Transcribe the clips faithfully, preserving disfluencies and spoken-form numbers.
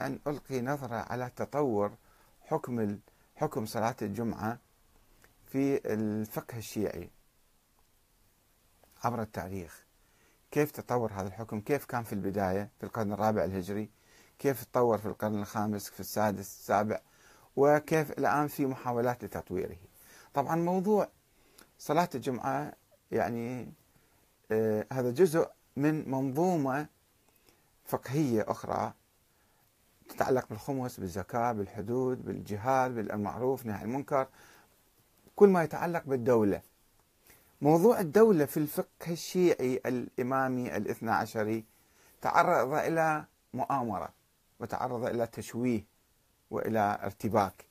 أن ألقي نظرة على تطور حكم حكم صلاة الجمعة في الفقه الشيعي عبر التاريخ. كيف تطور هذا الحكم؟ كيف كان في البداية في القرن الرابع الهجري؟ كيف تطور في القرن الخامس، في السادس، السابع؟ وكيف الآن في محاولات لتطويره؟ طبعا موضوع صلاة الجمعة يعني آه هذا جزء من منظومة فقهية أخرى تتعلق بالخمس، بالزكاة، بالحدود، بالجهاد، بالمعروف، نهي المنكر، كل ما يتعلق بالدولة. موضوع الدولة في الفقه الشيعي الإمامي الاثنى عشري تعرض إلى مؤامرة وتعرض إلى تشويه وإلى ارتباك،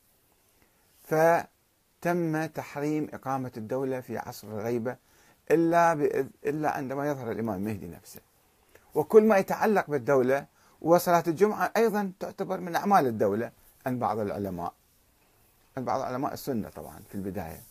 فتم تحريم إقامة الدولة في عصر الغيبة إلا إلا عندما يظهر الإمام المهدي نفسه. وكل ما يتعلق بالدولة وصلاة الجمعة أيضا تعتبر من أعمال الدولة عند بعض العلماء، عند بعض علماء السنة طبعا في البداية.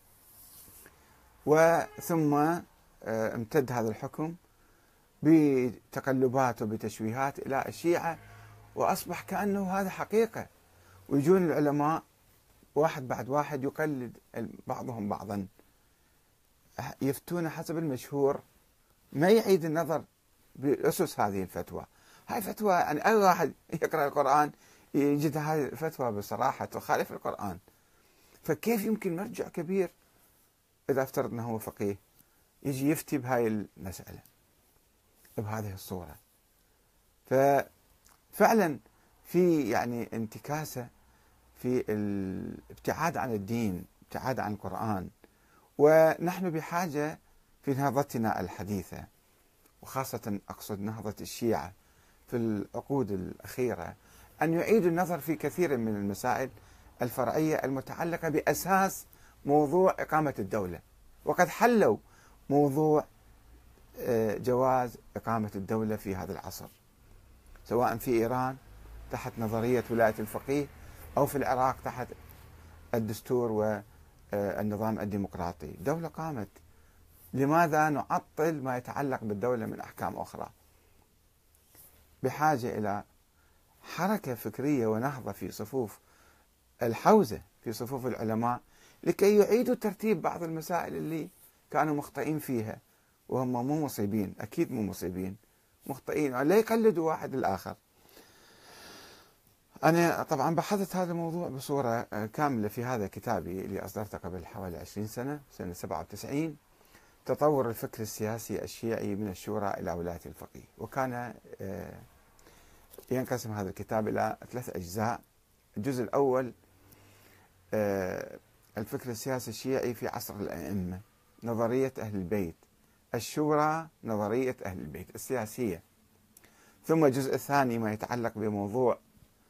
وثم امتد هذا الحكم بتقلبات وبتشويهات إلى الشيعة، وأصبح كأنه هذا حقيقة، ويجون العلماء واحد بعد واحد يقلد بعضهم بعضا، يفتون حسب المشهور، ما يعيد النظر بأسس هذه الفتوى. هاي فتوى يعني أي واحد يقرأ القرآن يجد هذه الفتوى بصراحة تخالف القرآن. فكيف يمكن مرجع كبير إذا افترضنا هو فقيه يجي يفتي بهاي المسألة بهذه الصورة؟ ففعلا في يعني انتكاسة في الابتعاد عن الدين، ابتعاد عن القرآن. ونحن بحاجة في نهضتنا الحديثة، وخاصة أقصد نهضة الشيعة في العقود الأخيرة، أن يعيدوا النظر في كثير من المسائل الفرعية المتعلقة بأساس موضوع إقامة الدولة. وقد حلوا موضوع جواز إقامة الدولة في هذا العصر، سواء في إيران تحت نظرية ولاية الفقيه، أو في العراق تحت الدستور والنظام الديمقراطي. دولة قامت، لماذا نعطل ما يتعلق بالدولة من أحكام أخرى؟ بحاجة إلى حركة فكرية ونهضة في صفوف الحوزة، في صفوف العلماء، لكي يعيدوا ترتيب بعض المسائل اللي كانوا مخطئين فيها. وهم مو مصيبين، أكيد مو مصيبين، مخطئين، لا يقلدوا واحد الآخر. أنا طبعا بحثت هذا الموضوع بصورة كاملة في هذا كتابي اللي أصدرته قبل حوالي عشرين سنة، سنة سبعة وتسعين، تطور الفكر السياسي الشيعي من الشورى إلى ولاية الفقيه. وكان ينقسم هذا الكتاب إلى ثلاث أجزاء. الجزء الأول الفكر السياسي الشيعي في عصر الأئمة، نظرية أهل البيت، الشورى، نظرية أهل البيت السياسية. ثم الجزء الثاني ما يتعلق بموضوع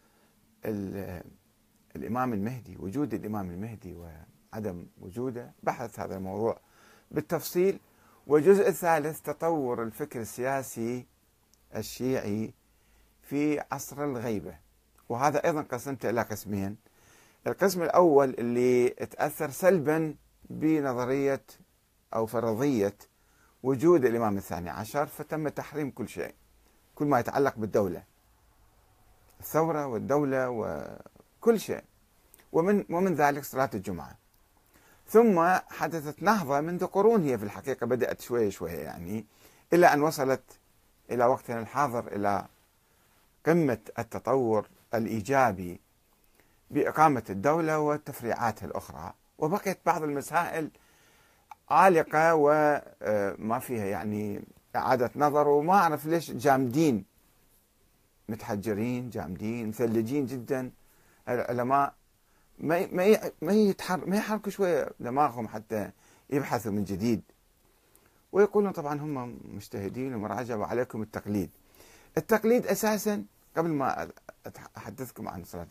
الإمام المهدي، وجود الإمام المهدي وعدم وجوده، بحث هذا الموضوع بالتفصيل. والجزء الثالث تطور الفكر السياسي الشيعي في عصر الغيبة، وهذا أيضا قسمته إلى قسمين. القسم الأول اللي تأثر سلبا بنظرية أو فرضية وجود الإمام الثاني عشر، فتم تحريم كل شيء، كل ما يتعلق بالدولة، الثورة والدولة وكل شيء، ومن ومن ذلك صلاة الجمعة. ثم حدثت نهضة منذ قرون، هي في الحقيقة بدأت شوية شوية يعني، إلى أن وصلت إلى وقتنا الحاضر إلى قمة التطور الإيجابي بإقامة الدولة وتفريعاتها الأخرى. وبقيت بعض المسائل عالقة وما فيها يعني إعادة نظر، وما أعرف ليش جامدين، متحجرين، جامدين، مثلجين جدا. العلماء ما ما ما يتحر ما يحركوا شوية دماغهم حتى يبحثوا من جديد، ويقولون طبعا هم مجتهدين ومراجعة وعليكم التقليد. التقليد أساسا، قبل ما أحدثكم عن صلاة